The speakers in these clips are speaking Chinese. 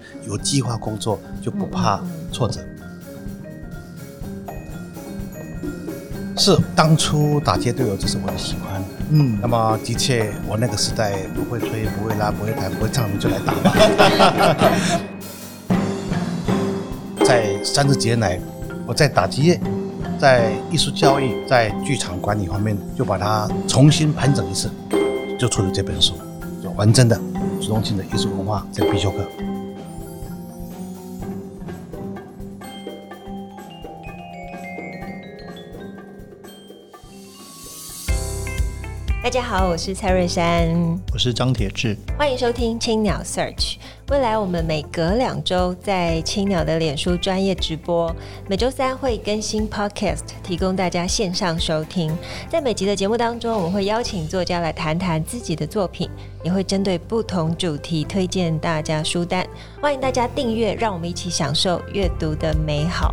有计划工作，就不怕挫折。是当初打街队友，这是我的喜欢。那么的确，我那个时代不会吹、不会拉、不会弹、不会唱，你就来打吧。在30几年来，我在打击业、在艺术教育、在剧场管理方面，就把它重新盘整一次，就出了这本书，就完整的朱宗庆的艺术文化这个必修课。 大家好，我是蔡瑞珊， 我是张铁志， 欢迎收听青鸟 Search。未来我们每隔2周在青鸟的脸书专业直播，每周3会更新 Podcast， 提供大家线上收听。在每集的节目当中，我们会邀请作家来谈谈自己的作品，也会针对不同主题推荐大家书单。欢迎大家订阅，让我们一起享受阅读的美好。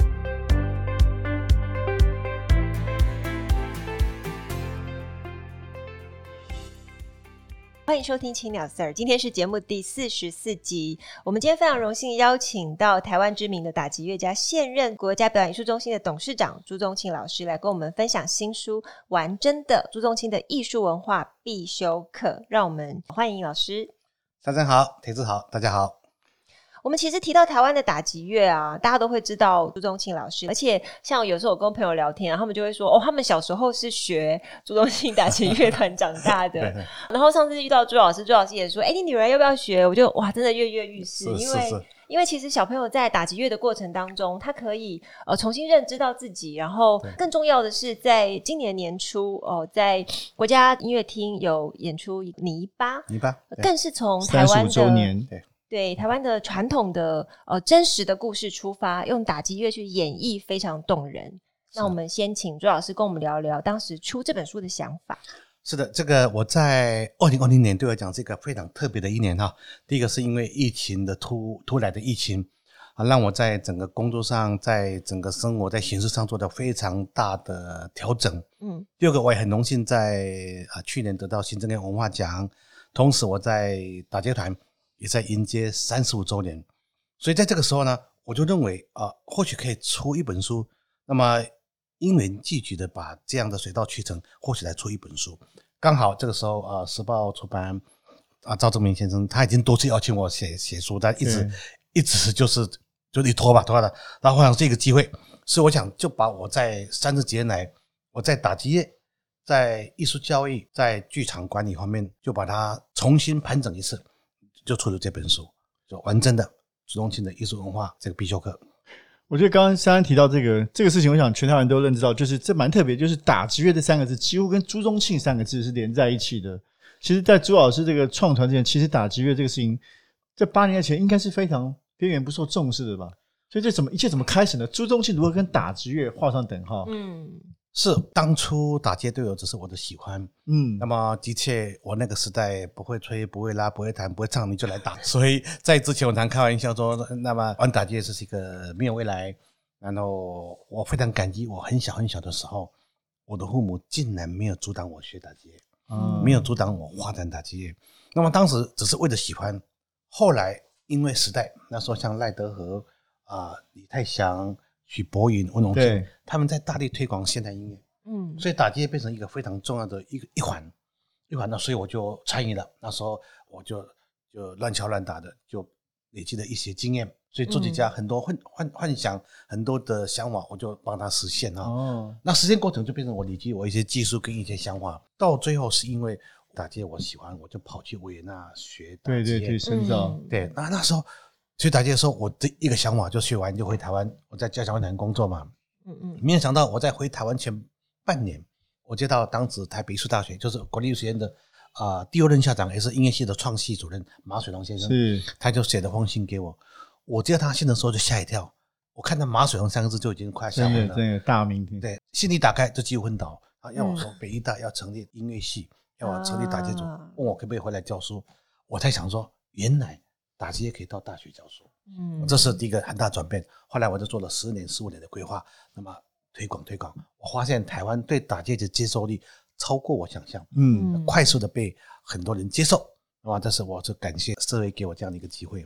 欢迎收听青鸟 Sir， 今天是节目第44集。我们今天非常荣幸邀请到台湾知名的打击乐家、现任国家表演艺术中心的董事长朱宗庆老师来跟我们分享新书《玩真的：朱宗庆的艺术文化必修课》。让我们欢迎老师。 珊珊好，铁志好，大家好。 我们其实提到台湾的打击乐啊，大家都会知道朱宗庆老师，而且像有时候我跟朋友聊天啊，他们就会说他们小时候是学朱宗庆打击乐团长大的。然后上次遇到朱老师，朱老师也说你女儿要不要学？我就哇，真的跃跃欲试，因为其实小朋友在打击乐的过程当中，他可以重新认知到自己，然后更重要的是在今年年初在国家音乐厅有演出泥巴，更是从台湾的 35周年对台湾的传统的真实的故事出发，用打击乐去演绎，非常动人。那我们先请朱老师跟我们聊聊当时出这本书的想法。 是的，这个我在2020年对我讲是一个非常特别的一年哈。第一个是因为疫情的突来的疫情让我在整个工作上，在整个生活，在形式上做了非常大的调整。第二个我也很荣幸在去年得到行政院文化奖，同时我在打击团也在迎接35周年，所以在这个时候呢，我就认为或许可以出一本书，那么因缘际举的把这样的水到渠成，或许来出一本书。刚好这个时候时报出版赵正明先生他已经多次邀请我写书，但一直就是拖了，然后我想这个机会，所以我想就把我在30几年来我在打击业、在艺术教育、在剧场管理方面，就把它重新盘整一次，就出了这本书，就完整的朱宗庆的艺术文化这个必修课。 我觉得刚刚珊珊提到这个事情，我想全台湾都认知到，就是这蛮特别，就是打击乐这3个字几乎跟朱宗庆3个字是连在一起的。其实在朱老师这个创团之前，其实打击乐这个事情在8年前应该是非常边缘不受重视的吧。所以这一切怎么开始呢？朱宗庆如何跟打击乐画上等号？ 是当初打街队友，这是我的喜欢。那么的确，我那个时代不会吹、不会拉、不会弹、不会唱，你就来打。所以在之前我常开玩笑说，那么玩打击这是一个没有未来。然后我非常感激，我很小的时候，我的父母竟然没有阻挡我学打击乐，没有阻挡我发展打击乐。那么当时只是为了喜欢，后来因为时代，那时候像赖德和李泰祥、许博云、温荣庆，他们在大力推广现代音乐，所以打击乐变成一个非常重要的一环呢，所以我就参与了。那时候我就乱敲乱打的，就累积了一些经验，所以做几家很多幻想，很多的想法，我就帮他实现那实现过程就变成我累积我一些技术跟一些想法，到最后是因为打击乐我喜欢，我就跑去维也纳学打击乐， 对深造。 对，那时候学打击的时候，我的一个想法就学完就回台湾，我在交响乐团工作嘛。没有想到我在回台湾前半年，我接到当时台北艺术大学就是国立艺术学院的第2任校长，也是音乐系的创系主任马水龙先生，他就写了封信给我。我接到他信的时候就吓一跳，我看到马水龙3个字就已经快吓昏了， 真的大名听。 对，信一打开就几乎昏倒要我说北艺大要成立音乐系，要我成立打击组，问我可不可以回来教书。我才想说，原来打击也可以到大学教书。这是第一个很大转变。后来我就做了10年15年的规划，那么推广，我发现台湾对打击的接受力超过我想象，快速的被很多人接受。这是我就感谢社会给我这样的一个机会。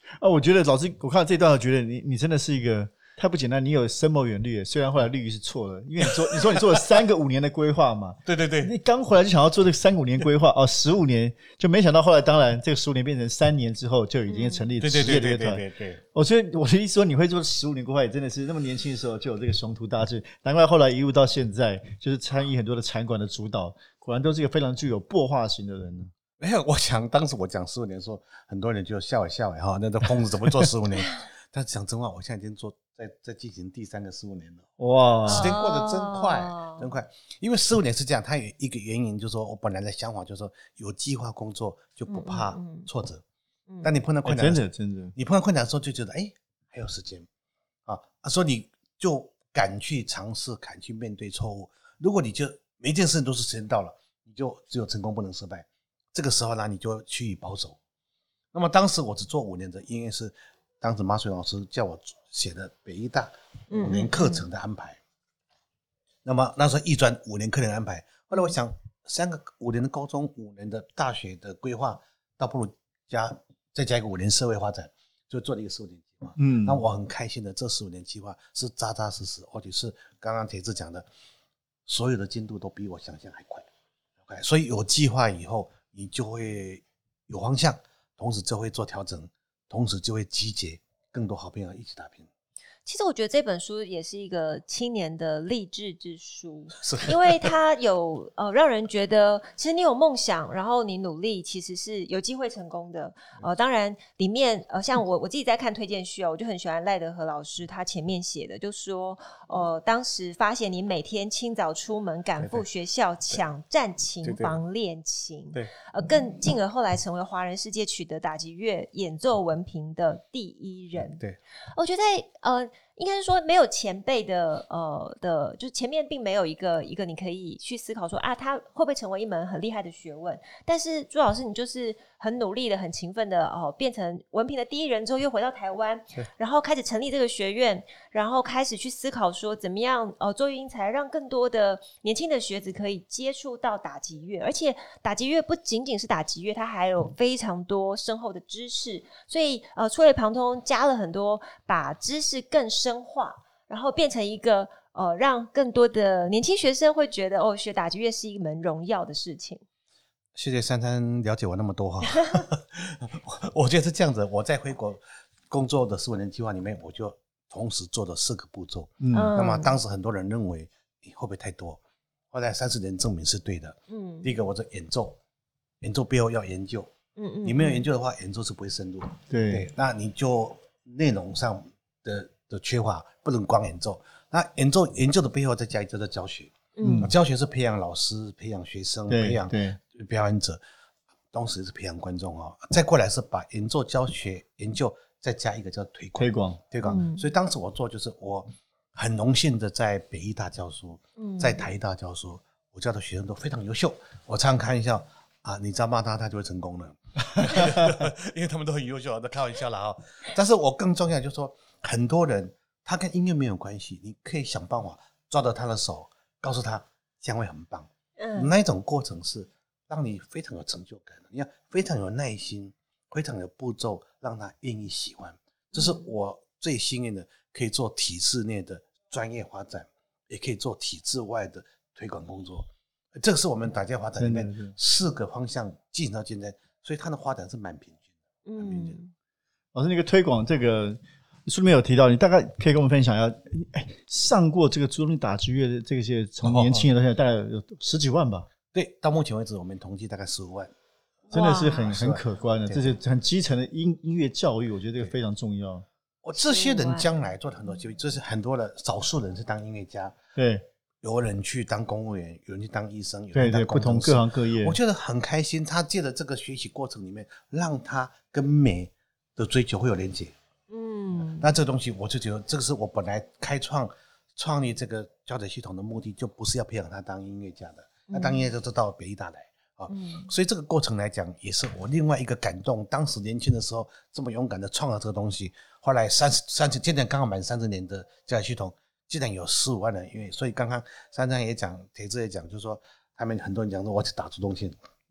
我觉得老师，我看到这段，我觉得你真的是一个太不简单。你有深谋远虑，虽然后来虑是错了，因为你说你做了3个5年的规划嘛， 对对对， 你刚回来就想要做这个3个5年规划15年，就没想到后来当然这个15年变成3年之后就已经成立职业这个团。 对， 所以我的意思说，你会做15年规划，也真的是那么年轻的时候就有这个雄图大志，难怪后来一路到现在，就是参与很多的场馆的主导，果然都是一个非常具有擘画型的人呢。 没有，我想当时我讲15年的时候，很多人就笑哈，那疯子怎么做15年？但是讲真话，我现在已经在进行第3个15年了。 哇， 时间过得真快，真快。因为15年是这样，它有一个原因，就是说我本来的想法就是说，有计划工作就不怕挫折。但你碰到困难的时候， 真的， 你碰到困难的时候就觉得，还有时间啊，所以你就敢去尝试，敢去面对错误。如果你就每一件事情都是时间到了，你就只有成功不能失败。这个时候呢，你就趋于保守。那么当时我只做5年的，因为是当时马水老师叫我写的北医大5年课程的安排。那么那时候艺专5年课程的安排，后来我想3个5年的高中5年的大学的规划，倒不如再加一个5年社会发展，就做了一个15年计划。那我很开心的，这15年计划是扎扎实实，而且是刚刚铁志讲的，所有的进度都比我想象还快。所以有计划以后，你就会有方向，同时就会做调整，同时就会集结更多好朋友一起打拼。 其实我觉得这本书也是一个青年的励志之书，因为它有让人觉得其实你有梦想，然后你努力其实是有机会成功的。当然里面像我自己在看推荐序我就很喜欢赖德和老师他前面写的，就说当时发现你每天清早出门赶赴学校抢占琴房练琴， 对， 更进而后来成为华人世界取得打击乐演奏文凭的第1人。 对， 我觉得应该是说没有前辈的就是前面并没有一个你可以去思考说他会不会成为一门很厉害的学问，但是朱老师你就是很努力的很勤奋的变成文凭的第1人之后又回到台湾，然后开始成立这个学院，然后开始去思考说怎么样做育英才让更多的年轻的学子可以接触到打击乐，而且打击乐不仅仅是打击乐，它还有非常多深厚的知识，所以触类旁通加了很多，把知识更深化，然后变成一个让更多的年轻学生会觉得学打击乐是一门荣耀的事情。 谢谢珊珊了解我那么多哈。我觉得是这样子，我在回国工作的15年计划里面，我就同时做了4个步骤。那么当时很多人认为会不会太多，后来30年证明是对的。第一个我说演奏背后要研究。你没有研究的话，演奏是不会深入。对，那你就内容上的缺乏，不能光演奏。那研究的背后再加一个叫教学。教学是培养老师、培养学生、培养表演者，同时是培养观众再过来是把演奏、教学、研究再加一个叫推广。所以当时我做就是我很荣幸的在北医大教书，在台大教书，我教的学生都非常优秀。我常常开玩笑你只要骂他就会成功了。因为他们都很优秀，在开玩笑啦但是我更重要就是说，很多人他跟音乐没有关系，你可以想办法抓到他的手，告诉他这样会很棒。那一种过程是让你非常有成就感的，你要非常有耐心，非常有步骤，让他愿意喜欢。这是我最幸运的，可以做体制内的专业发展，也可以做体制外的推广工作。这个是我们打击发展里面4个方向进行到现在，所以它的发展是蛮平均的。 老师，那个推广这个书里面有提到，你大概可以跟我们分享一下，上过这个朱宗庆打击乐的这些从年轻人到现在大概有10几万吧？ 对，到目前为止我们统计大概15万， 真的是很可观的，这是很基层的音乐教育，我觉得这个非常重要。 这些人将来做了很多机会，这是很多的少数人是当音乐家， 对， 有人去当公务员，有人去当医生，有人当不同各行各业， 我觉得很开心。他借着这个学习过程里面，让他跟美的追求会有连结。那这个东西我就觉得，这个是我本来创立这个教材系统的目的，就不是要培养他当音乐家的。那当音乐家就到北医大来所以这个过程来讲，也是我另外一个感动。当时年轻的时候这么勇敢的创了这个东西，后来今年刚好满30年的教材系统。竟然有15万人，因为所以刚刚珊珊也讲，铁志也讲，就是说他们很多人讲说我去打朱宗庆，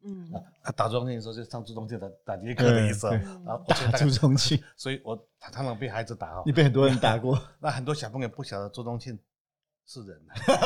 打朱宗庆的时候就上朱宗庆的打击乐课的意思，然后打朱宗庆， 所以我常常被孩子打你被很多人打过， 那很多小朋友不晓得朱宗庆是人，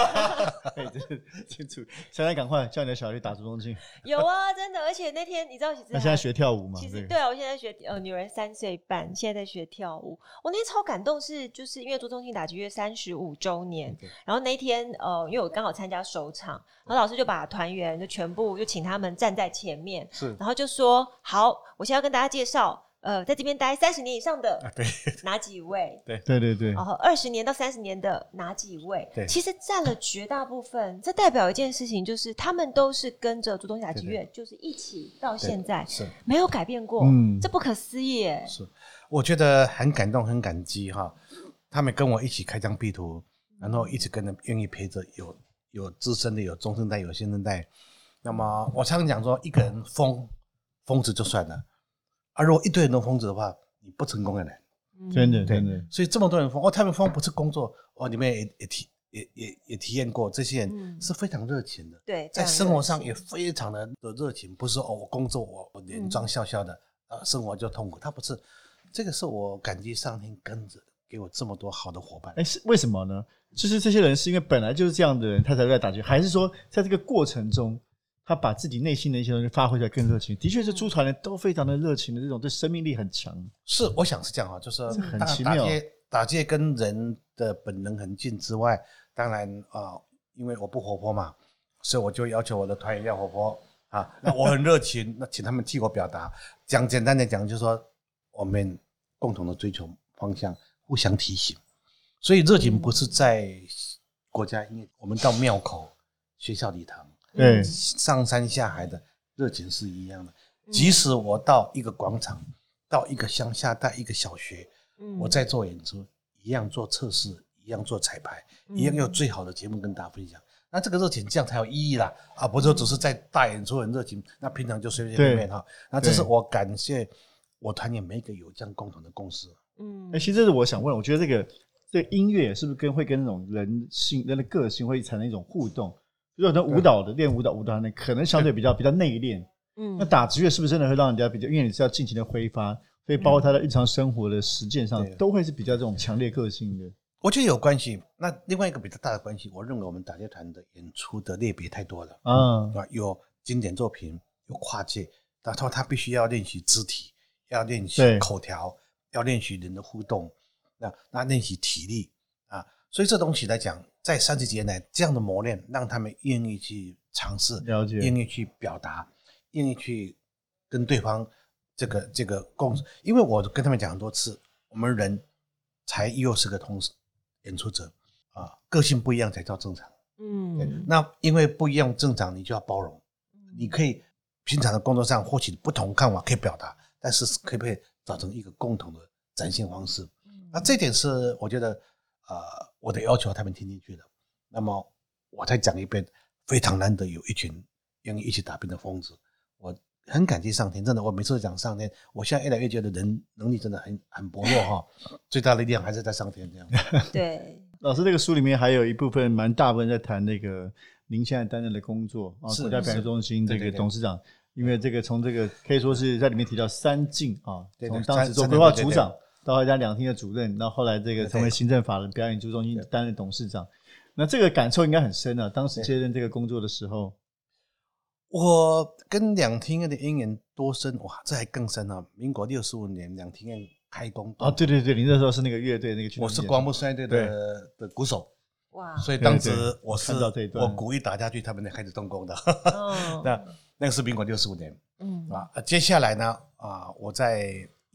清楚。现在赶快叫你的小孩去打朱宗庆。 有啊，真的，而且那天你知道，其实那现在学跳舞吗？ 其实对啊，我现在学女儿3岁半，现在在学跳舞。我那天超感动就是因为朱宗庆打击乐35周年，然后那一天因为我刚好参加首场，然后老师就把团员就全部就请他们站在前面，然后就说好，我现在要跟大家介绍。在这边待30年以上的哪几位？ 对， 然后20年到30年的哪几位？ 对， 其实占了绝大部分。这代表一件事情，就是他们都是跟着朱宗庆打击乐，就是一起到现在，是没有改变过。这不可思议耶！ 是，我觉得很感动，很感激哈。他们跟我一起开疆辟土，然后一直跟着，愿意陪着有资深的，有中生代，有新生代。那么我常常讲说，一个人疯子就算了。如果一堆人都疯子的话，你不成功的人， 真的。 所以这么多人疯，他们疯不是工作，你们也体验过，这些人是非常热情的， 对， 在生活上也非常的热情，不是我工作我脸装笑笑的，生活就痛苦，他不是，这个是我感激上天跟着给我这么多好的伙伴。 是为什么呢？就是这些人是因为本来就是这样的人，他才在打击，还是说在这个过程中？他把自己内心的一些东西发挥出来更热情，的确是朱团人都非常的热情的，这种对生命力很强。 是，我想是这样就是很奇妙。 打击跟人的本能很近之外，当然因为我不活泼嘛，所以我就要求我的团员要活泼啊。那我很热情，那请他们替我表达。讲简单的讲，就是说我们共同的追求方向，互相提醒。所以热情不是在国家音乐，我们到庙口、学校礼堂。上山下海的热情是一样的。即使我到一个广场，到一个乡下，到一个小学，我在做演出，一样做测试，一样做彩排，一样有最好的节目跟大家分享。那这个热情这样才有意义啦，不是只是在大演出很热情，那平常就随随便便哈。那这是我感谢我团员每一个有这样共同的共识。 其实这是我想问，我觉得这个音乐是不是会跟那种人的个性会产生一种互动？如果舞蹈的练舞蹈呢，可能相对比较内敛。那打击乐是不是真的会让人家比较，因为你是要尽情的挥发，所以包括他的日常生活的实践上，都会是比较这种强烈个性的。 我觉得有关系。那另外一个比较大的关系，我认为我们打击团的演出的类别太多了有经典作品，有跨界，然后他必须要练习肢体，要练习口条，要练习人的互动，那练习体力所以这东西来讲，在30几年来这样的磨练，让他们愿意去尝试，愿意去表达，愿意去跟对方这个共识。因为我跟他们讲很多次，我们人才60个同时演出者个性不一样才叫正常。那因为不一样正常，你就要包容。你可以平常的工作上或许不同看法可以表达，但是可不可以找成一个共同的展现方式？那这点是我觉得我的要求他们听进去的。那么我再讲一遍，非常难得有一群愿意一起打拼的疯子，我很感激上天，真的，我每次讲上天，我现在越来越觉得人能力真的很薄弱最大的力量还是在上天这样。 对， 老师这个书里面还有一部分蛮大部分在谈那个您现在担任的工作国家表演中心这个董事长，因为这个从这个可以说是在里面提到3进从当时做规划组长到后来2厅的主任，到后来这个成为行政法人表演艺术中心担任董事长，那这个感受应该很深当时接任这个工作的时候。 我跟2厅院的姻缘多深哇，这还更深民国65年2厅院开工对，你那时候是那个乐队那个， 我是光木摔队的鼓手哇， 所以当时我鼓一打下去，他们才开始动工的。那个是民国65年接下来呢我在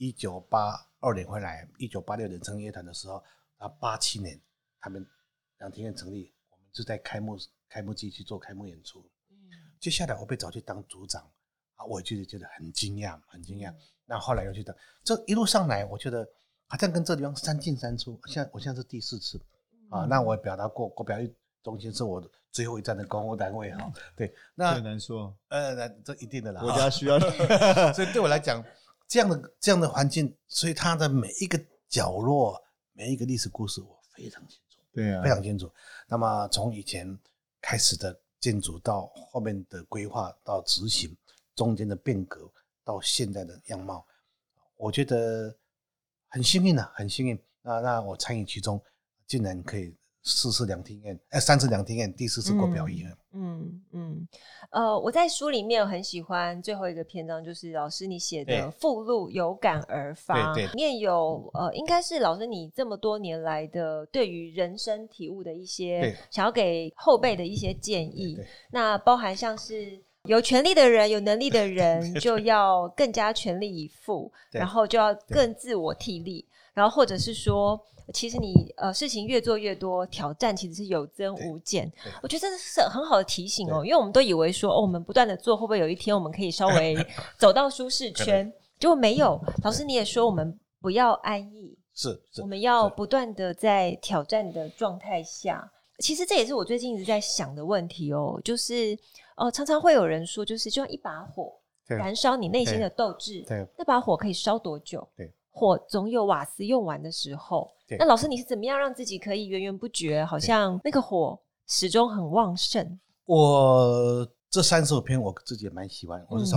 1982年回来，1986年成立乐团的时候87年他们2厅院成立，我们就在开幕季去做开幕演出。接下来我被找去当组长我就觉得很惊讶。那后来又去当，这一路上来我觉得好像跟这地方3进3出，我现在是第4次那我也表达过，国表艺中心是我最后一站的公务单位对，那很难说这一定的啦， 国家需要所以对我来讲这样的环境，所以它的每一个角落每一个历史故事我非常清楚，非常清楚。那么从以前开始的建筑到后面的规划到执行， 中间的变革到现在的样貌，我觉得很幸运啊，很幸运。那我参与其中，竟然可以3次两厅院，第4次过表演。 我在书里面很喜欢最后一个篇章，就是老师你写的附录有感而发， 对， 里面有应该是老师你这么多年来的对于人生体悟的一些想要给后辈的一些建议，那包含像是有权力的人有能力的人就要更加全力以赴，然后就要更自我替力，然后或者是说其实你事情越做越多，挑战其实是有增无减。我觉得这是很好的提醒因为我们都以为说我们不断的做，会不会有一天我们可以稍微走到舒适圈？结果没有。老师你也说我们不要安逸， 是我们要不断的在挑战的状态下。其实这也是我最近一直在想的问题就是常常会有人说，就是就像一把火燃烧你内心的斗志，那把火可以烧多久？火总有瓦斯用完的时候。那老师你是怎么样让自己可以源源不绝，好像那个火始终很旺盛？这35篇我自己也蛮喜欢，我是从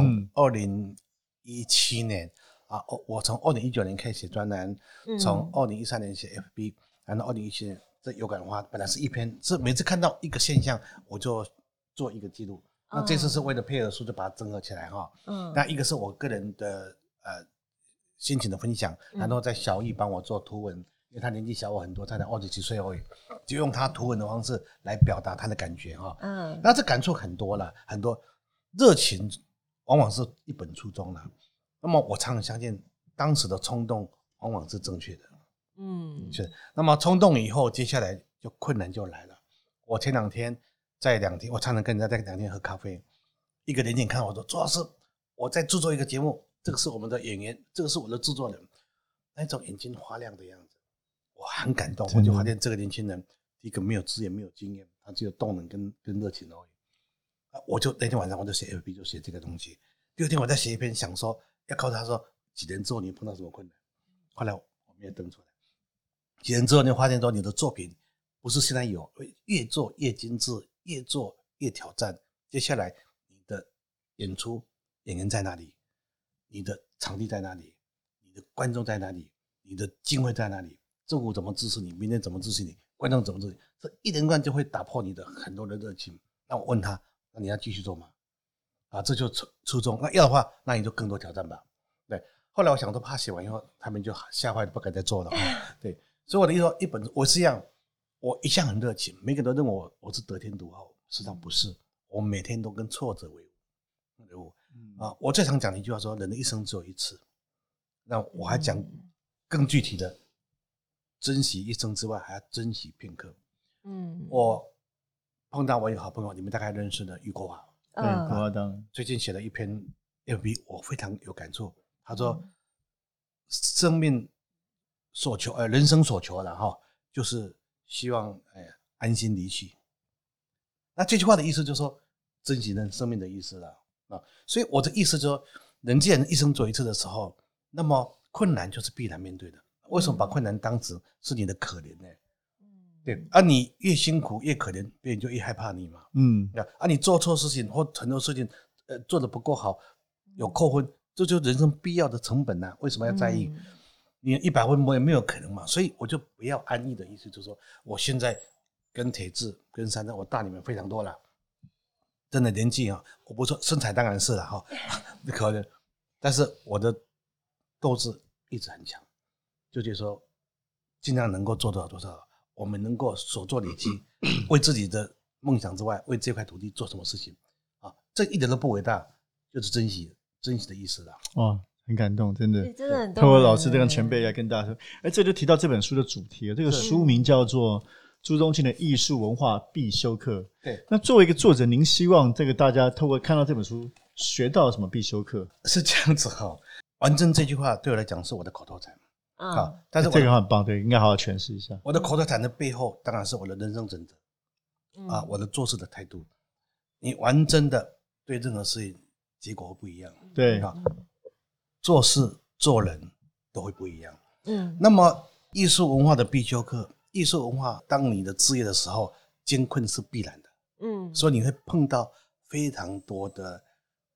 2017年我从2019年开始写专栏，从2013年写 FB， 然后2017年这有感而发，本来是一篇，是每次看到一个现象我就做一个记录。那这次是为了配合书就把它整合起来那一个是我个人的心情的分享，然后在小易帮我做图文，因为他年纪小我很多，他才27岁而已，就用他图文的方式来表达他的感觉那这感触很多了，很多热情往往是一本初衷了。那么我常常相信当时的冲动往往是正确的。是。那么冲动以后，接下来就困难就来了。我前2天在2天，我常常跟人家在2天喝咖啡，一个年轻人看我说：“朱老师，我在制作一个节目，这个是我们的演员，这个是我的制作人。”那种眼睛发亮的样子，我很感动。我就发现这个年轻人，第一个没有资源，没有经验，他只有动能跟热情而已。我就那天晚上我就写 FB， 就写这个东西。第2天我再写一篇，想说要告诉他说几年之后你碰到什么困难。后来我没有登出来。几年之后你发现说你的作品不是现在有，越做越精致，越做越挑战。接下来你的演出演员在哪里？你的场地在哪里？你的观众在哪里？你的经费在哪里？政府怎么支持你？明天怎么支持你？观众怎么支持你？这一连贯就会打破你的很多的热情。那我问他，那你要继续做吗？这就初衷。那要的话，那你就更多挑战吧。对。后来我想说，怕写完以后他们就吓坏了，不敢再做了。对。所以我的意思说，一本我是一样，我一向很热情，每个人都认为我是得天独厚，实际上不是。我每天都跟挫折为伍。我最常讲的一句话说，人的一生只有一次。那我还讲更具体的，珍惜一生之外，还要珍惜片刻。我碰到我一个好朋友，你们大概认识的余国华。 对，国华当然最近写了一篇 FB， 我非常有感触。他说，生命所求，人生所求了就是希望安心离去。那这句话的意思就是说，珍惜人生命的意思了所以我的意思就是说，人既然一生做一次的时候，那么困难就是必然面对的。为什么把困难当成是你的可怜呢？对你越辛苦越可怜，别人就越害怕你嘛。你做错事情或很多事情做得不够好，有扣分，这就是人生必要的成本为什么要在意？你100分我也没有可能嘛。所以我就不要安逸的意思，就是说我现在跟铁志跟珊珊我大你们非常多了，真的年纪我不说身材当然是了可能，但是我的斗志一直很强，就是说尽量能够做多少多少，我们能够所做累积，为自己的梦想之外，为这块土地做什么事情这一点都不伟大，就是珍惜的意思了。 哇，很感动，真的， 真的很透过老师这样前辈来跟大家说。这就提到这本书的主题了，这个书名叫做朱宗庆的艺术文化必修课。 对， 那作为一个作者，您希望这个大家透过看到这本书学到什么必修课？ 是这样子完整这句话对我来讲是我的口头禅但是这个很棒，对，应该好好诠释一下。 我的口头禅的背后当然是我的人生准则我的做事的态度。你完整的对任何事情结果会不一样， 对做事做人都会不一样。那么艺术文化的必修课，艺术文化当你的职业的时候艰困是必然的。所以你会碰到非常多的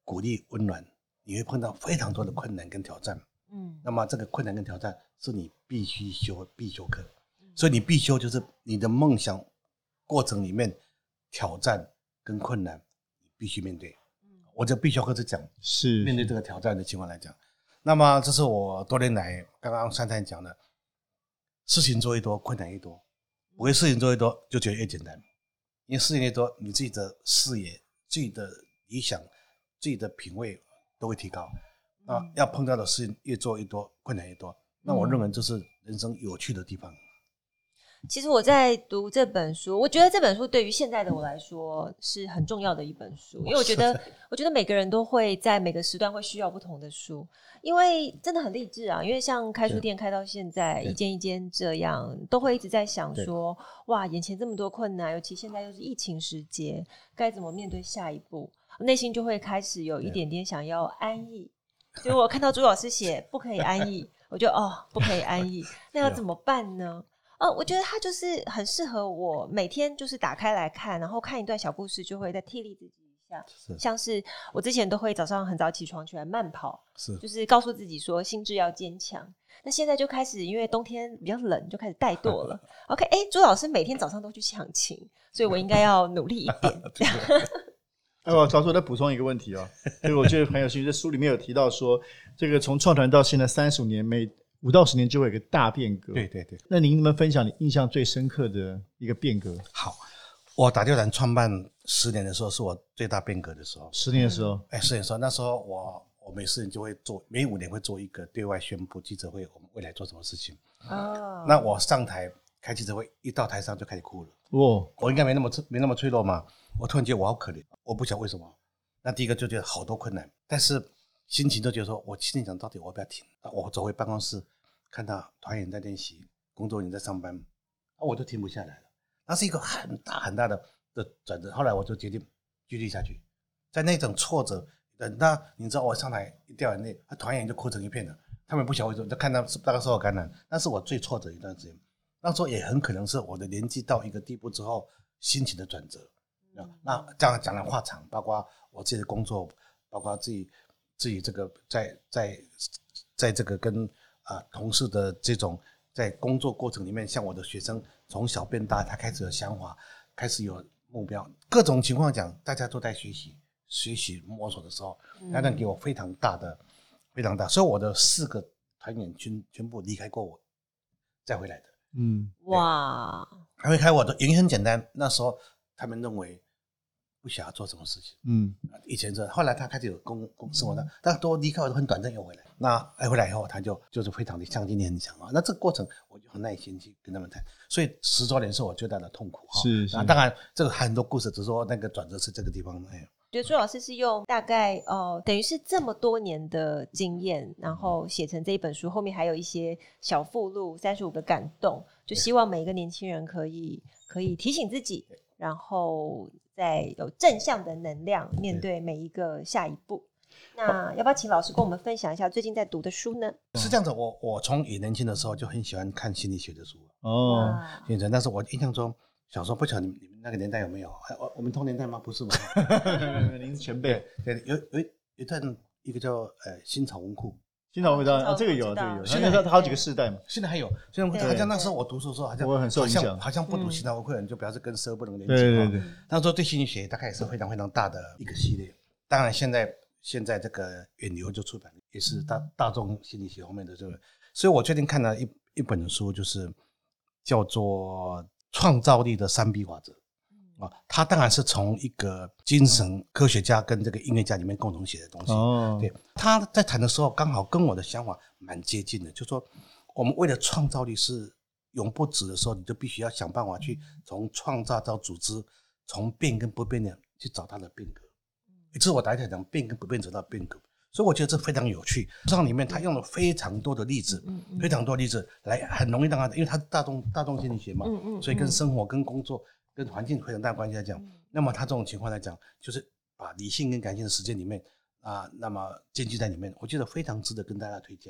鼓励、温暖，你会碰到非常多的困难跟挑战。那么这个困难跟挑战是你必须修必修课，所以你必修就是你的梦想过程里面挑战跟困难你必须面对。我这必修课是讲是面对这个挑战的情况来讲。那么这是我多年来刚刚珊珊讲的，事情做越多困难越多，不会事情做越多就觉得越简单，因为事情越多你自己的视野、自己的理想、自己的品味都会提高。要碰到的事情越做越多，困难越多，那我认为这是人生有趣的地方。 其实我在读这本书，我觉得这本书对于现在的我来说是很重要的一本书，因为我觉得每个人都会在每个时段会需要不同的书，因为真的很励志啊。因为像开书店开到现在一间一间这样，都会一直在想说，哇，眼前这么多困难，尤其现在又是疫情时节，该怎么面对下一步，内心就会开始有一点点想要安逸。就我看到朱老师写不可以安逸，我就不可以安逸，那要怎么办呢？我觉得它就是很适合我每天就是打开来看，然后看一段小故事，就会再替励自己一下。像是我之前都会早上很早起床起来慢跑，就是告诉自己说心智要坚强。那现在就开始因为冬天比较冷，就开始怠惰了。OK， 朱老师每天早上都去抢琴，所以我应该要努力一点。 老师，我再补充一个问题这个我觉得很有兴趣。在书里面有提到说，这个从创团到现在35年，每5到10年就会有一个大变革。 对对对。 那您能不能分享你印象最深刻的一个变革？ 好，我打球团创办10年的时候，是我最大变革的时候。 10年的时候 ，10年的时候，那时候我每4年就会做，每5年会做一个对外宣布记者会，我们未来做什么事情。那我上台开记者会，一到台上就开始哭了。我应该没那么脆弱嘛。我突然觉得我好可怜，我不晓得为什么。那第一个就觉得好多困难，但是心情就觉得说，我心里想到底我要不要停？我走回办公室，看到团员在练习，工作人员在上班，我就停不下来了。那是一个很大很大的转折。后来我就决定继续下去，在那种挫折，那你知道我上台一掉眼泪，团员就哭成一片了。他们不晓得为什么，就看到大概受到感染，那是我最挫折一段时间。那时候也很可能是我的年纪到一个地步之后，心情的转折。那这样讲来话长，包括我自己的工作，包括自己这个在这个跟同事的这种在工作过程里面，像我的学生从小变大，他开始有想法，开始有目标，各种情况讲，大家都在学习摸索的时候，那给我非常大，所以我的4个团员全部离开过我再回来的。 哇， 还会开我的原因很简单，那时候他们认为不想要做什么事情。以前后来他开始有生活的，但都离开我都很短暂又回来。那回来以后，他就是非常的像今天很强。那这个过程我就很耐心去跟他们谈，所以10周年是我最大的痛苦。 是当然这个很多故事，只是说那个转折是这个地方。 我觉得朱老师是用大概等于是这么多年的经验，然后写成这一本书，后面还有一些小附录，35个感动，就希望每一个年轻人可以提醒自己，然后再有正向的能量面对每一个下一步。那要不要请老师跟我们分享一下最近在读的书呢？ 是这样子，我从也年轻的时候就很喜欢看心理学的书但是我印象中小时候不晓得你们那个年代有没有？我们同年代吗？不是吗？ 您是前辈。 对，有一段一个叫新草文库。 新草文库这个有，现在它好几个世代嘛。 现在还有，现在好像那时候我读书的时候，好像我很受影响， 好像不读新草文库的人就表示跟社会不能连接。对。 那时候对心理学大概也是非常非常大的一个系列。当然现在这个远流就出版，也是大众心理学方面的这个，所以我最近看了一本书，就是叫做创造力的3B 法则。他当然是从一个精神科学家跟这个音乐家里面共同写的东西。对，他在谈的时候刚好跟我的想法蛮接近的，就是说我们为了创造力是永不止的时候，你就必须要想办法去从创造到组织，从变跟不变的去找它的变革。这是我大家讲变跟不变找到变革，所以我觉得这非常有趣。上里面他用了非常多的例子，非常多例子来很容易让他，因为他是大众心理学嘛，所以跟生活、跟工作、跟环境非常大的关系来讲，那么他这种情况来讲，就是把理性跟感性的实践里面那么兼具在里面，我觉得非常值得跟大家推荐。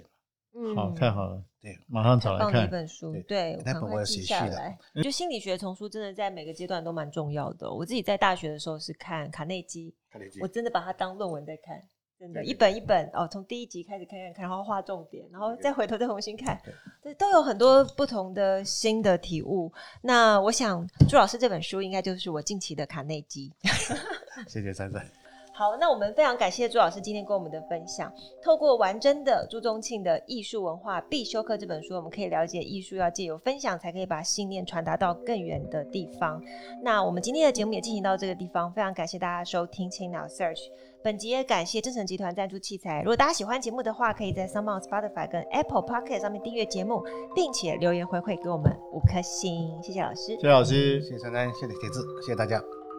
好，太好了， 对， 马上找来放的一看。 本书， 对对，我那本我有赶快记写序的下来。就心理学丛书真的在每个阶段都蛮重要的。我自己在大学的时候是看卡内基，我真的把它当论文在看，真的，一本一本哦，从第一集开始看，然后画重点，然后再回头再重新看，对，都有很多不同的新的体悟。那我想朱老师这本书应该就是我近期的卡内基。 谢谢珊珊。 好，那我们非常感谢朱老师今天跟我们的分享。透过完真的朱宗庆的《艺术文化必修课》这本书，我们可以了解艺术要借由分享，才可以把信念传达到更远的地方。那我们今天的节目也进行到这个地方，非常感谢大家收听青鸟 Search。本集也感谢正成集团赞助器材。如果大家喜欢节目的话，可以在 SoundOn、Spotify 跟 Apple Podcast 上面订阅节目，并且留言回馈给我们5颗星。谢谢老师， 谢谢老师， 谢谢珊珊，谢谢铁志，谢谢大家。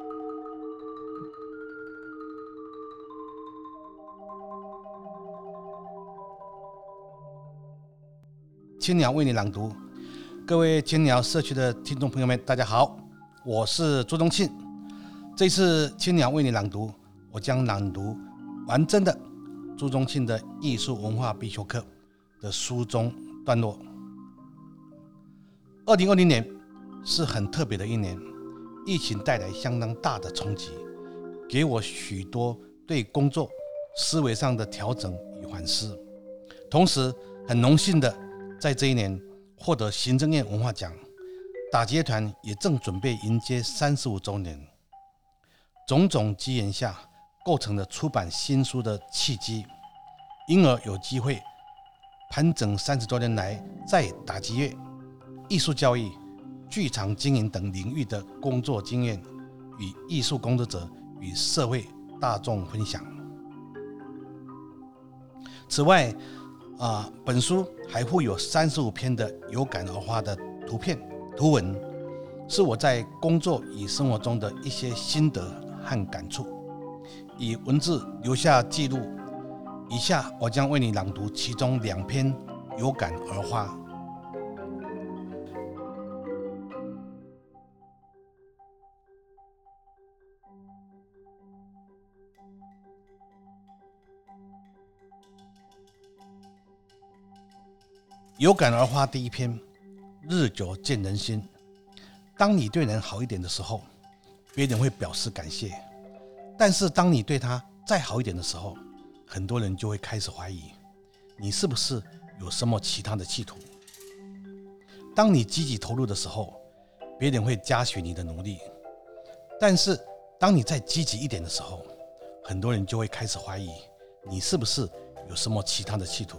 青鸟为你朗读，各位青鸟社区的听众朋友们，大家好，我是朱宗庆。这次青鸟为你朗读，我将朗读完整的朱宗庆的艺术文化必修课的书中段落。2020年是很特别的一年，疫情带来相当大的冲击，给我许多对工作思维上的调整与反思。同时很荣幸的在这一年获得行政院文化奖，打击乐团也正准备迎接35周年，种种机缘下构成了出版新书的契机，因而有机会盘整30多年来在打击乐、艺术教育、剧场经营等领域的工作经验，与艺术工作者与社会大众分享。此外，本书还附有35篇的有感而发的图片图文，是我在工作与生活中的一些心得和感触，以文字留下记录。以下我将为你朗读其中2篇有感而发。有感而发第一篇，日久见人心。当你对人好一点的时候，别人会表示感谢，但是当你对他再好一点的时候，很多人就会开始怀疑你是不是有什么其他的企图。当你积极投入的时候，别人会嘉许你的努力，但是当你再积极一点的时候，很多人就会开始怀疑你是不是有什么其他的企图。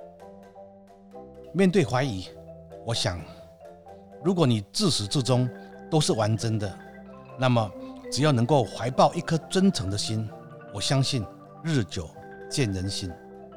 面对怀疑，我想如果你自始至终都是完真的，那么只要能够怀抱一颗真诚的心，我相信日久见人心。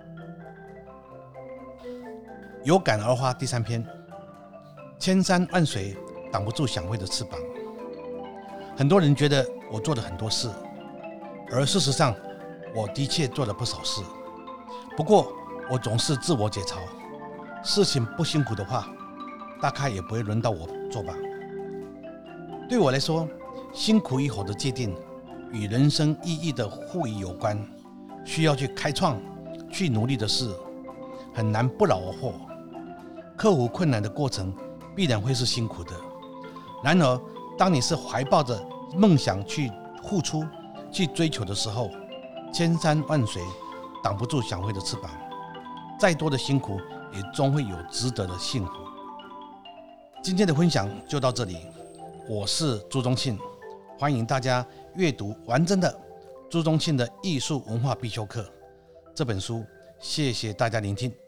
有感而发第3篇，千山万水挡不住想飞的翅膀。很多人觉得我做了很多事，而事实上我的确做了不少事，不过我总是自我解嘲，事情不辛苦的话，大概也不会轮到我做吧。对我来说，辛苦与否的界定与人生意义的赋予有关，需要去开创、去努力的事，很难不劳而获。克服困难的过程必然会是辛苦的，然而当你是怀抱着梦想去付出、去追求的时候，千山万水挡不住想飞的翅膀，再多的辛苦也终会有值得的幸福。今天的分享就到这里，我是朱宗庆，欢迎大家阅读完整的朱宗庆的艺术文化必修课这本书，谢谢大家聆听。